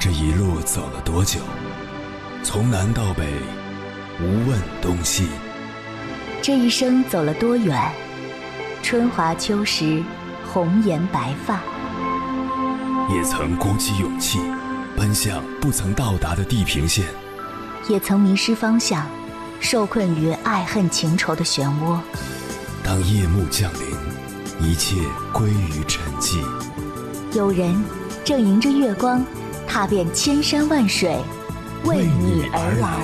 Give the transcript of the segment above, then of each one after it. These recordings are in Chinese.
这一路走了多久？从南到北，无问东西。 这一生走了多远？春华秋实，红颜白发。 也曾鼓起勇气，奔向不曾到达的地平线。 也曾迷失方向，受困于爱恨情仇的漩涡。 当夜幕降临，一切归于沉寂。 有人正迎着月光，踏遍千山万水，为你而来。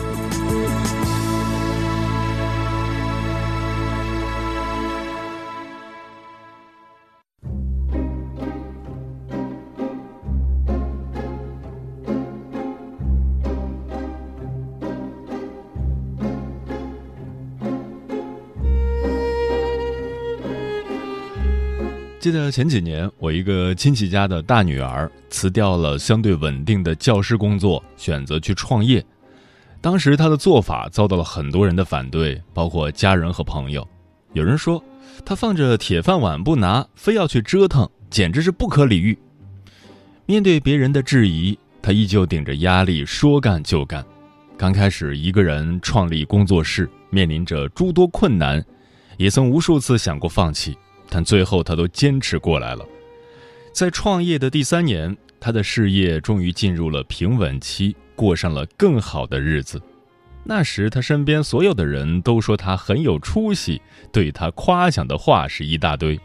记得前几年，我一个亲戚家的大女儿辞掉了相对稳定的教师工作，选择去创业。当时她的做法遭到了很多人的反对，包括家人和朋友。有人说她放着铁饭碗不拿，非要去折腾，简直是不可理喻。面对别人的质疑，她依旧顶着压力说干就干。刚开始一个人创立工作室，面临着诸多困难，也曾无数次想过放弃，但最后他都坚持过来了。在创业的第3年，他的事业终于进入了平稳期，过上了更好的日子。那时他身边所有的人都说他很有出息，对他夸奖的话是一大堆。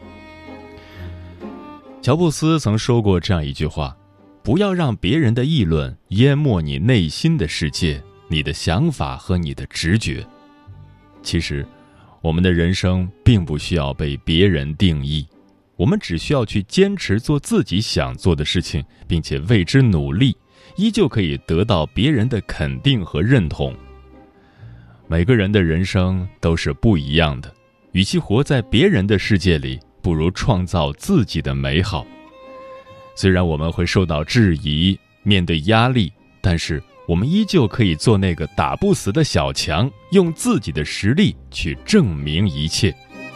乔布斯曾说过这样一句话：不要让别人的议论淹没你内心的世界，你的想法和你的直觉。其实我们的人生并不需要被别人定义，我们只需要去坚持做自己想做的事情，并且为之努力，依旧可以得到别人的肯定和认同。每个人的人生都是不一样的，与其活在别人的世界里，不如创造自己的美好。虽然我们会受到质疑，面对压力，但是我们依旧可以做那个打不死的小强，用自己的实力去证明一切。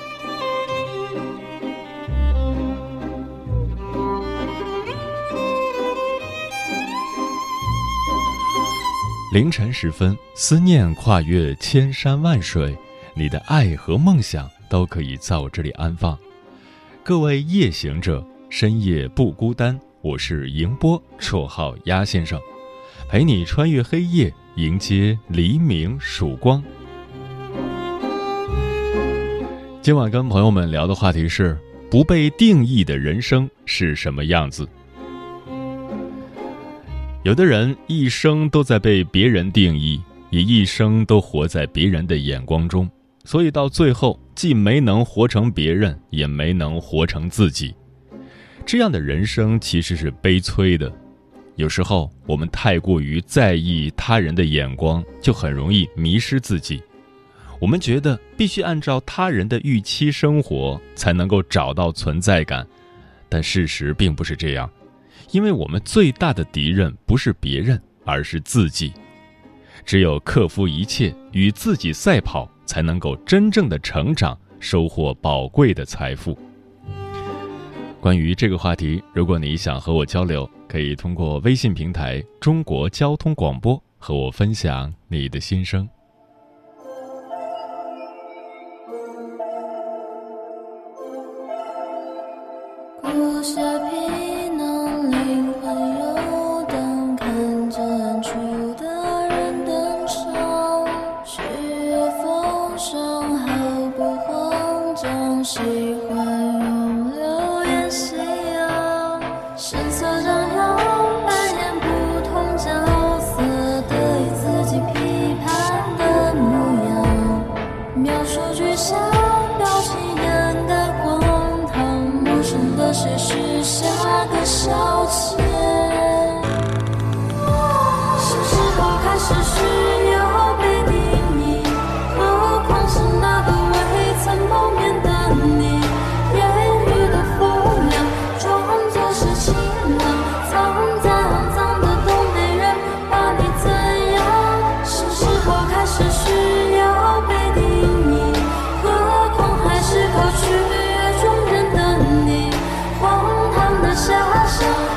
凌晨时分，思念跨越千山万水，你的爱和梦想都可以在我这里安放。各位夜行者，深夜不孤单，我是迎波，绰号鸭先生，陪你穿越黑夜，迎接黎明曙光。今晚跟朋友们聊的话题是：不被定义的人生是什么样子？有的人一生都在被别人定义，也一生都活在别人的眼光中，所以到最后既没能活成别人，也没能活成自己。这样的人生其实是悲催的。有时候我们太过于在意他人的眼光，就很容易迷失自己。我们觉得必须按照他人的预期生活，才能够找到存在感，但事实并不是这样。因为我们最大的敌人不是别人，而是自己。只有克服一切，与自己赛跑，才能够真正的成长，收获宝贵的财富。关于这个话题，如果你想和我交流，可以通过微信平台中国交通广播和我分享你的心声。 故事皮囊灵魂游荡，看着远处的人登场，血液丰盛毫不慌张，喜欢用流言信仰，神色张扬，扮演不同角色，得意自己批判的模样，描述具象，表情掩盖荒唐，陌生的谁是下个消遣。什么时候开始需要被定义？何况是那个未曾谋面的你？言语的风凉，装作是晴朗，藏在肮脏的都没人把你怎样。什么时候开始需要被定义？何况还是靠取悦众人的你，荒唐的遐想。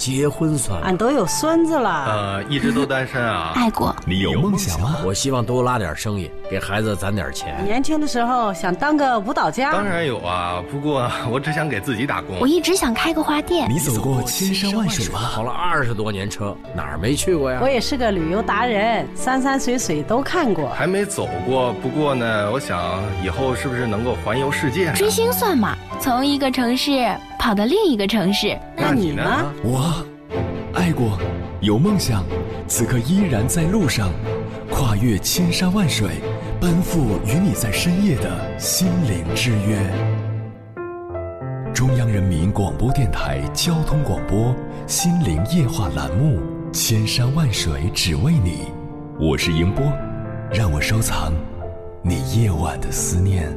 结婚算吗？ 俺都有孙子了。 一直都单身啊。 爱过， 你有梦想吗？ 我希望多拉点生意，给孩子攒点钱。 年轻的时候想当个舞蹈家。 当然有啊，不过我只想给自己打工。 我一直想开个花店。 你走过千山万水吗？ 跑了20多年车，哪儿没去过呀？ 我也是个旅游达人，山山水水都看过。 还没走过，不过呢，我想以后是不是能够环游世界呢？ 追星算吗？从一个城市跑到另一个城市。 那你呢？ 我爱过，有梦想，此刻依然在路上，跨越千山万水，奔赴与你在深夜的心灵之约。中央人民广播电台交通广播心灵夜话栏目，千山万水只为你，我是迎波，让我收藏你夜晚的思念。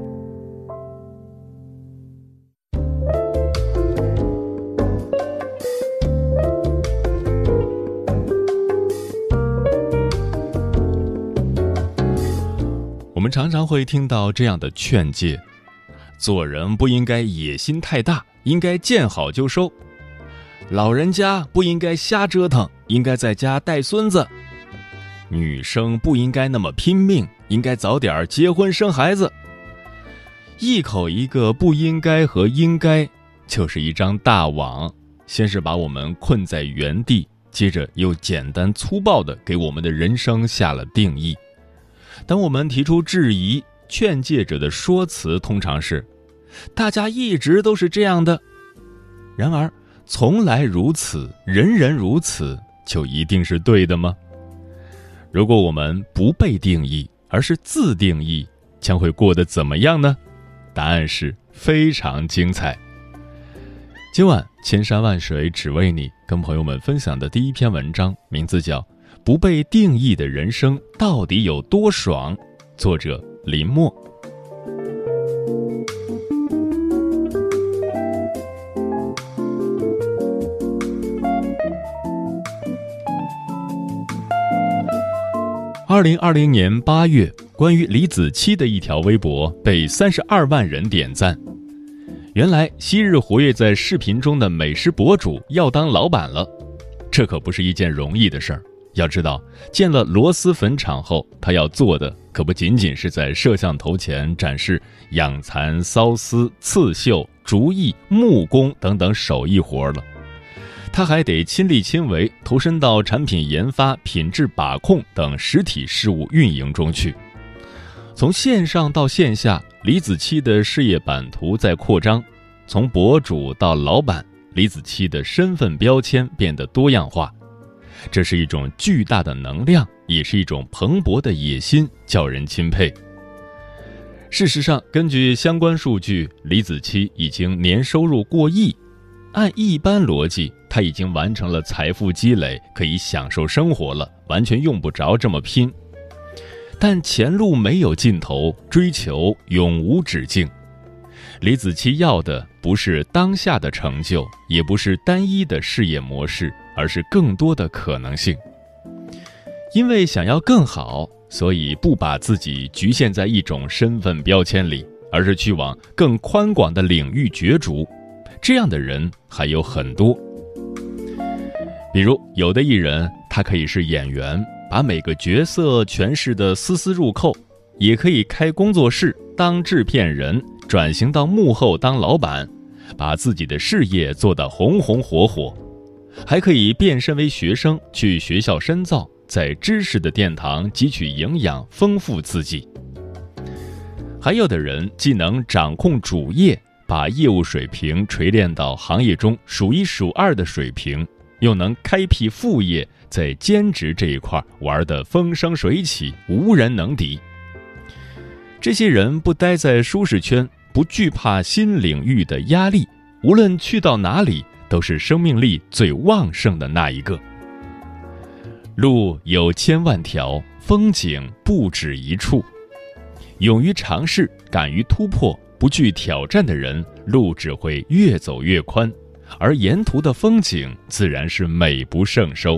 我们常常会听到这样的劝诫：做人不应该野心太大，应该见好就收；老人家不应该瞎折腾，应该在家带孙子；女生不应该那么拼命，应该早点结婚生孩子。一口一个不应该和应该，就是一张大网，先是把我们困在原地，接着又简单粗暴地给我们的人生下了定义。当我们提出质疑，劝诫者的说辞通常是大家一直都是这样的。然而从来如此，人人如此，就一定是对的吗？如果我们不被定义，而是自定义，将会过得怎么样呢？答案是非常精彩。今晚千山万水只为你，跟朋友们分享的第一篇文章，名字叫不被定义的人生到底有多爽？作者林默。2020年8月，关于李子柒的一条微博被32万人点赞。原来昔日活跃在视频中的美食博主要当老板了，这可不是一件容易的事儿。要知道，建了螺蛳粉厂后，他要做的可不仅仅是在摄像头前展示养蚕、缫丝、刺绣、竹艺、木工等等手艺活了，他还得亲力亲为投身到产品研发、品质把控等实体事务运营中去。从线上到线下，李子柒的事业版图在扩张，从博主到老板，李子柒的身份标签变得多样化。这是一种巨大的能量，也是一种蓬勃的野心，叫人钦佩。事实上，根据相关数据，李子柒已经年收入过亿。按一般逻辑，他已经完成了财富积累，可以享受生活了，完全用不着这么拼。但前路没有尽头，追求永无止境。李子柒要的不是当下的成就，也不是单一的事业模式，而是更多的可能性。因为想要更好，所以不把自己局限在一种身份标签里，而是去往更宽广的领域角逐。这样的人还有很多。比如有的艺人，他可以是演员，把每个角色诠释得丝丝入扣，也可以开工作室当制片人，转型到幕后当老板，把自己的事业做得红红火火，还可以变身为学生，去学校深造，在知识的殿堂汲取营养，丰富自己。还有的人既能掌控主业，把业务水平锤炼到行业中数一数二的水平，又能开辟副业，在兼职这一块玩得风生水起，无人能敌。这些人不待在舒适圈，不惧怕新领域的压力，无论去到哪里，都是生命力最旺盛的那一个。路有千万条，风景不止一处。勇于尝试，敢于突破，不惧挑战的人，路只会越走越宽，而沿途的风景自然是美不胜收。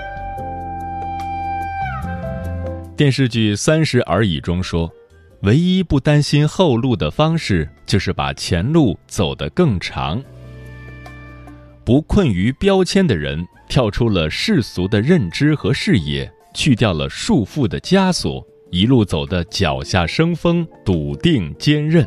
电视剧《30而已》中说，唯一不担心后路的方式，就是把前路走得更长。 不困于标签的人，跳出了世俗的认知和视野，去掉了束缚的枷锁，一路走得脚下生风，笃定坚韧。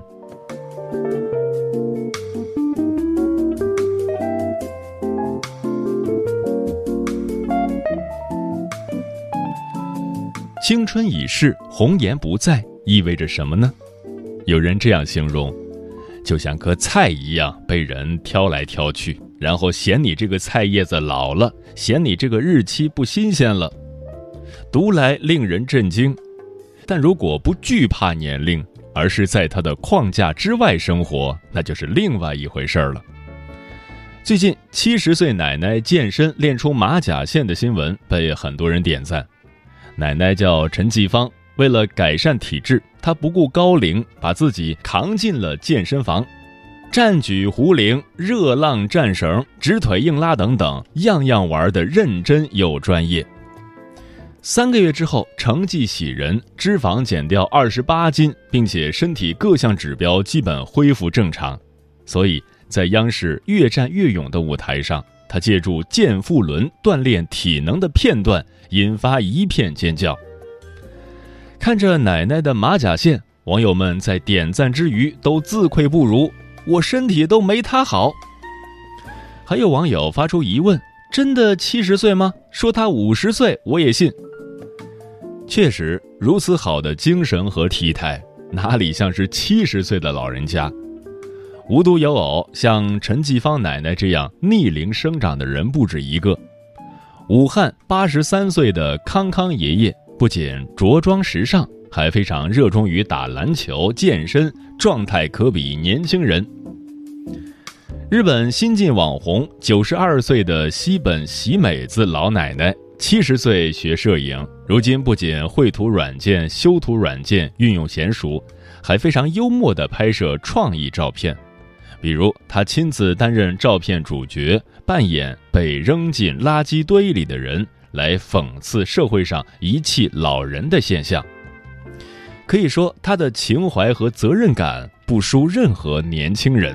青春已逝，红颜不在，意味着什么呢？有人这样形容，就像颗菜一样被人挑来挑去，然后嫌你这个菜叶子老了，嫌你这个日期不新鲜了，读来令人震惊。但如果不惧怕年龄，而是在它的框架之外生活，那就是另外一回事了。最近70岁奶奶健身练出马甲线的新闻被很多人点赞。奶奶叫陈继芳，为了改善体质，她不顾高龄，把自己扛进了健身房，站举壶铃、热浪战绳、直腿硬拉等等，样样玩得认真又专业。3个月之后，成绩喜人，脂肪减掉28斤，并且身体各项指标基本恢复正常。所以在央视越战越勇的舞台上，他借助健腹轮锻炼体能的片段引发一片尖叫。看着奶奶的马甲线，网友们在点赞之余都自愧不如，我身体都没她好。还有网友发出疑问，真的70岁吗？说她50岁我也信。确实，如此好的精神和体态，哪里像是70岁的老人家。无独有偶，像陈继芳奶奶这样逆龄生长的人不止一个。武汉83岁的康康爷爷不仅着装时尚，还非常热衷于打篮球、健身，状态可比年轻人。日本新晋网红92岁的西本喜美子老奶奶，70岁学摄影，如今不仅绘图软件、修图软件运用娴熟，还非常幽默地拍摄创意照片。比如他亲自担任照片主角，扮演被扔进垃圾堆里的人，来讽刺社会上遗弃老人的现象。可以说他的情怀和责任感不输任何年轻人。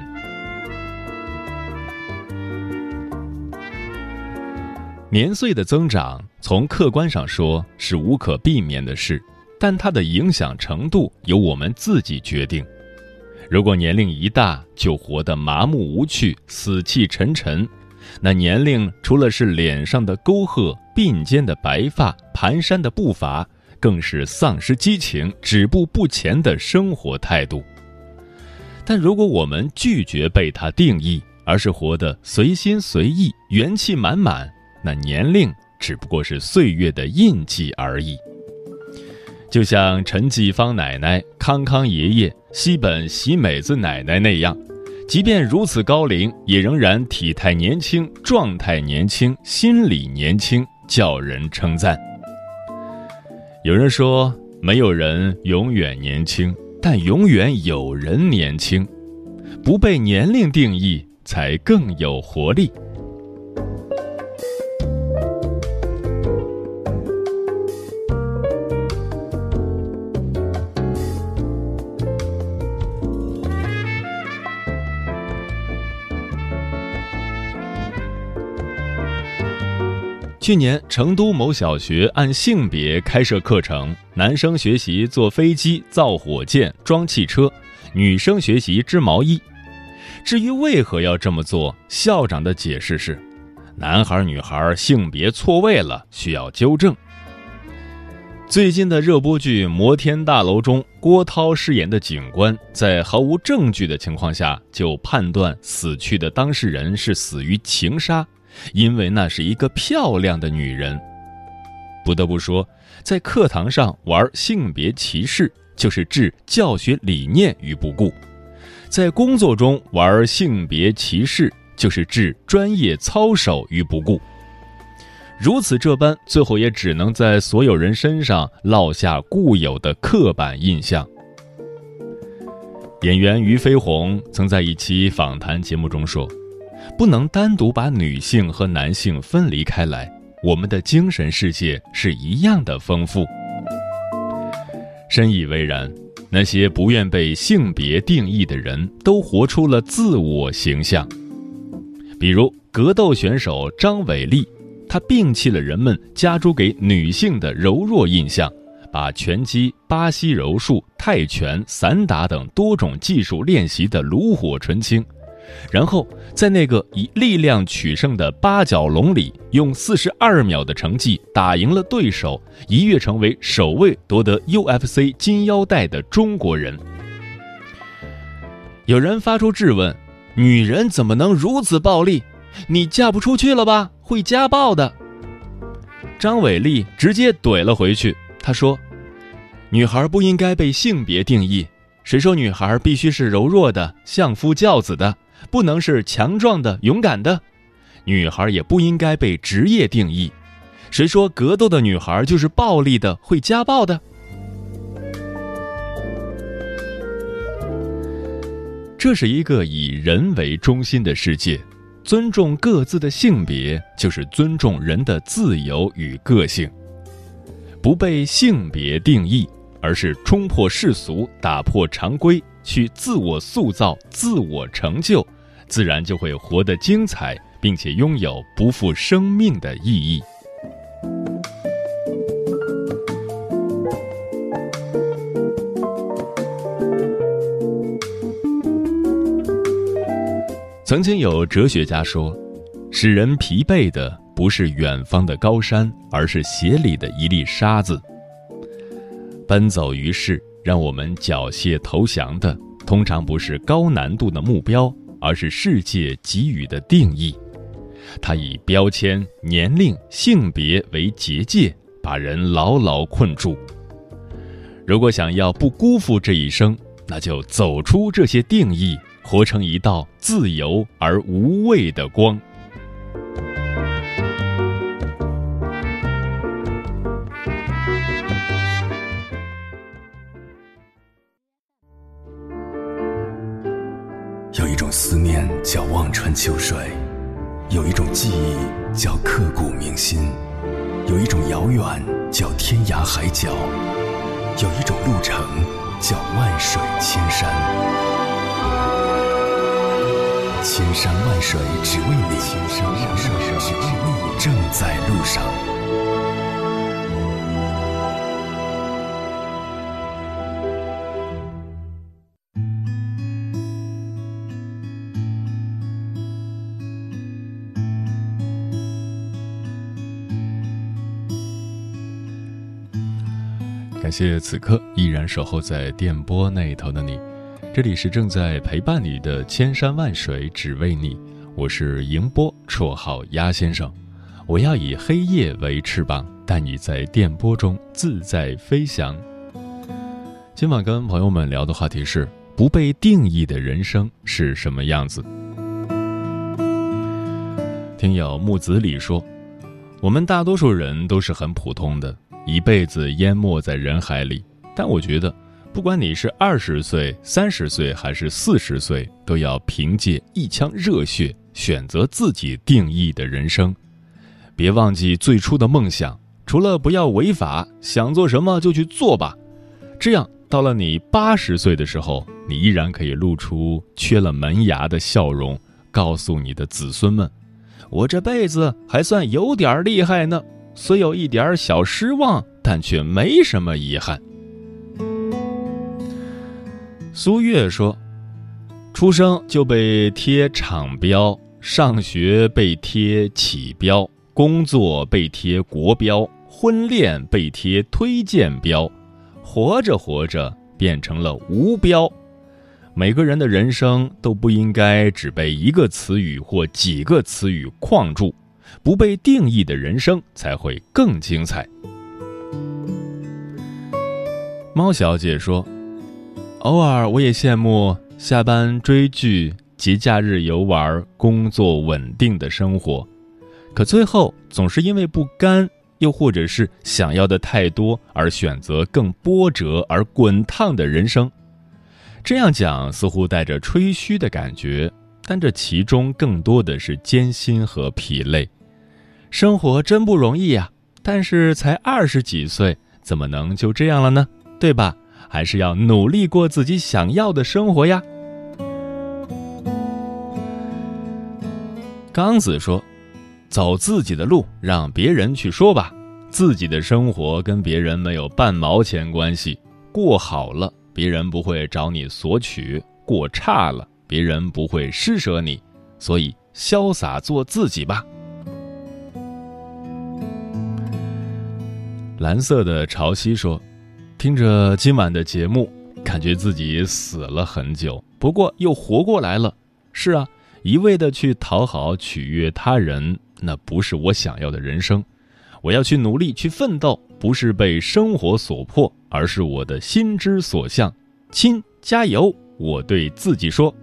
年岁的增长从客观上说是无可避免的事，但它的影响程度由我们自己决定。如果年龄一大就活得麻木无趣、死气沉沉，那年龄除了是脸上的沟壑、鬓间的白发、蹒跚的步伐，更是丧失激情、止步不前的生活态度。但如果我们拒绝被它定义，而是活得随心随意、元气满满，那年龄只不过是岁月的印记而已。就像陈继芳奶奶、康康爷爷、西本喜美子奶奶那样，即便如此高龄，也仍然体态年轻、状态年轻、心理年轻，叫人称赞。有人说，没有人永远年轻，但永远有人年轻。不被年龄定义，才更有活力。去年，成都某小学按性别开设课程，男生学习坐飞机、造火箭、装汽车，女生学习织毛衣。至于为何要这么做，校长的解释是，男孩女孩性别错位了，需要纠正。最近的热播剧《摩天大楼》中，郭涛饰演的警官在毫无证据的情况下，就判断死去的当事人是死于情杀，因为那是一个漂亮的女人。不得不说，在课堂上玩性别歧视，就是置教学理念于不顾；在工作中玩性别歧视，就是置专业操守于不顾。如此这般，最后也只能在所有人身上烙下固有的刻板印象。演员俞飞鸿曾在一期访谈节目中说，不能单独把女性和男性分离开来，我们的精神世界是一样的丰富。深以为然，那些不愿被性别定义的人都活出了自我形象。比如格斗选手张伟丽，他摒弃了人们加诸给女性的柔弱印象，把拳击、巴西柔术、泰拳、散打等多种技术练习得炉火纯青，然后在那个以力量取胜的八角笼里，用42秒的成绩打赢了对手，一跃成为首位夺得 UFC 金腰带的中国人。有人发出质问，女人怎么能如此暴力？你嫁不出去了吧？会家暴的。张伟丽直接怼了回去，她说，女孩不应该被性别定义，谁说女孩必须是柔弱的、相夫教子的，不能是强壮的、勇敢的？女孩也不应该被职业定义，谁说格斗的女孩就是暴力的、会家暴的？这是一个以人为中心的世界，尊重各自的性别，就是尊重人的自由与个性。不被性别定义，而是冲破世俗，打破常规，去自我塑造、自我成就，自然就会活得精彩，并且拥有不负生命的意义。曾经有哲学家说，使人疲惫的不是远方的高山，而是鞋里的一粒沙子。奔走于世，让我们缴械投降的，通常不是高难度的目标，而是世界给予的定义。它以标签、年龄、性别为结界，把人牢牢困住。如果想要不辜负这一生，那就走出这些定义，活成一道自由而无畏的光。 有一种思念叫望穿秋水，有一种记忆叫刻骨铭心，有一种遥远叫天涯海角，有一种路程叫万水千山。千山万水只为你，千山万水只为你，正在路上。 感谢此刻依然守候在电波那头的你，这里是正在陪伴你的千山万水只为你，我是迎波，绰号鸭先生。我要以黑夜为翅膀，带你在电波中自在飞翔。今晚跟朋友们聊的话题是，不被定义的人生是什么样子。听友木子李说，我们大多数人都是很普通的，一辈子淹没在人海里，但我觉得不管你是20岁、30岁还是40岁，都要凭借一腔热血选择自己定义的人生。别忘记最初的梦想，除了不要违法，想做什么就去做吧。这样到了你80岁的时候，你依然可以露出缺了门牙的笑容，告诉你的子孙们，我这辈子还算有点厉害呢，虽有一点小失望，但却没什么遗憾。苏月说，出生就被贴厂标，上学被贴企标，工作被贴国标，婚恋被贴推荐标，活着活着变成了无标。每个人的人生都不应该只被一个词语或几个词语框住，不被定义的人生才会更精彩。猫小姐说，偶尔我也羡慕下班追剧、节假日游玩、工作稳定的生活，可最后总是因为不甘，又或者是想要的太多，而选择更波折而滚烫的人生。这样讲似乎带着吹嘘的感觉，但这其中更多的是艰辛和疲累。生活真不容易呀，但是才20几岁，怎么能就这样了呢？对吧？还是要努力过自己想要的生活呀。 刚子说，走自己的路，让别人去说吧，自己的生活跟别人没有半毛钱关系，过好了别人不会找你索取，过差了别人不会施舍你，所以潇洒做自己吧。蓝色的潮汐说，听着今晚的节目，感觉自己死了很久，不过又活过来了。是啊，一味的去讨好取悦他人，那不是我想要的人生。我要去努力去奋斗，不是被生活所迫，而是我的心之所向。亲，加油，我对自己说。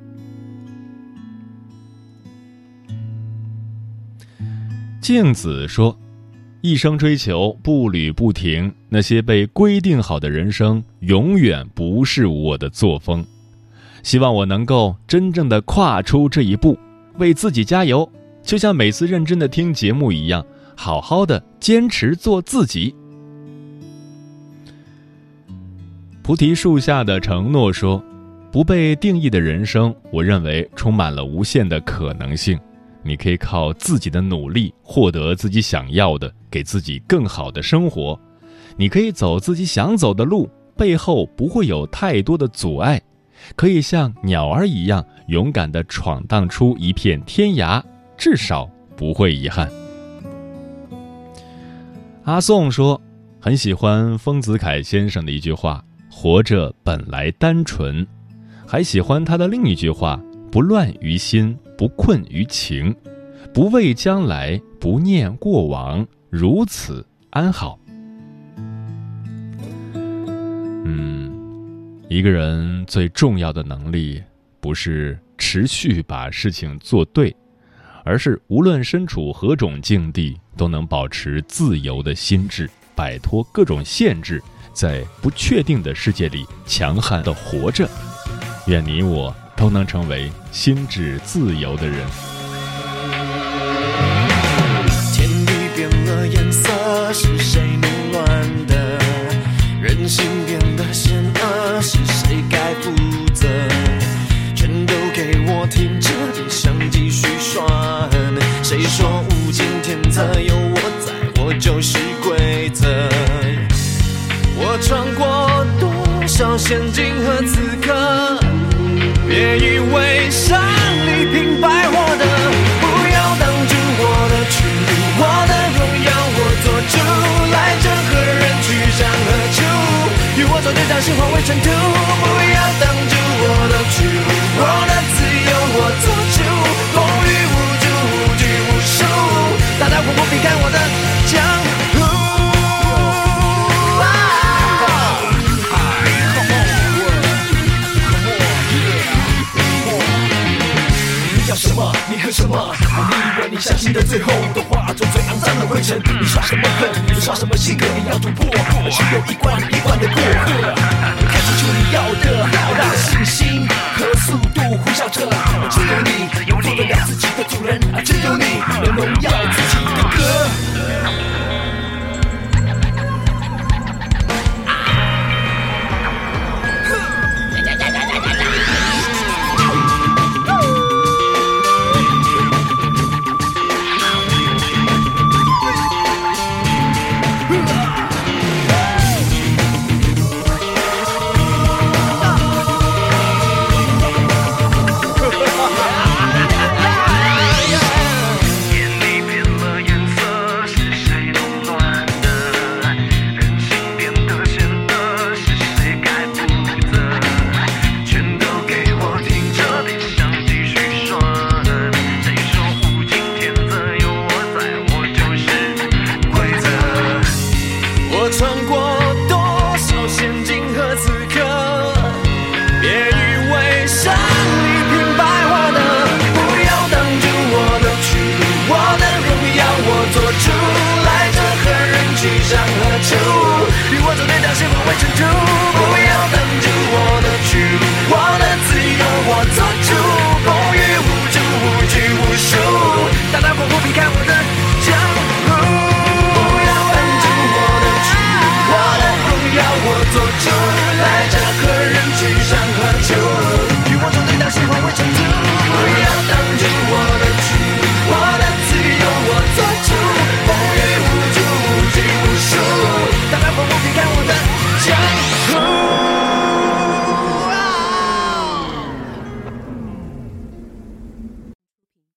镜子说，一生追求步履不停，那些被规定好的人生永远不是我的作风。希望我能够真正的跨出这一步，为自己加油，就像每次认真的听节目一样，好好的坚持做自己。菩提树下的承诺说，不被定义的人生，我认为充满了无限的可能性。你可以靠自己的努力获得自己想要的，给自己更好的生活。你可以走自己想走的路，背后不会有太多的阻碍，可以像鸟儿一样勇敢地闯荡出一片天涯，至少不会遗憾。阿宋说，很喜欢丰子恺先生的一句话，活着本来单纯，还喜欢他的另一句话，不乱于心，不困于情，不畏将来，不念过往，如此安好。一个人最重要的能力，不是持续把事情做对，而是无论身处何种境地，都能保持自由的心智，摆脱各种限制，在不确定的世界里强悍地活着。愿你我都能成为心智自由的人。 天地变了颜色，是谁弄乱的？人心变得险恶，是谁该负责？全都给我听着，别想继续耍。谁说物竞天择，有我在，我就是规则。我穿过多少陷阱和刺客，别以为胜利平白获得，不要挡住我的去路，我的荣耀我做主，来者何人，去向何处，与我走对战，心化为尘土，不要挡住我的去路，我的自由我做主，风雨无阻，无拘无束，大大不必看我的江湖。什么？你恨什么？你以为你相信的最后都化作最肮脏的灰尘？你耍什么狠？你耍什么性格？你要突破，只有一关一关的过。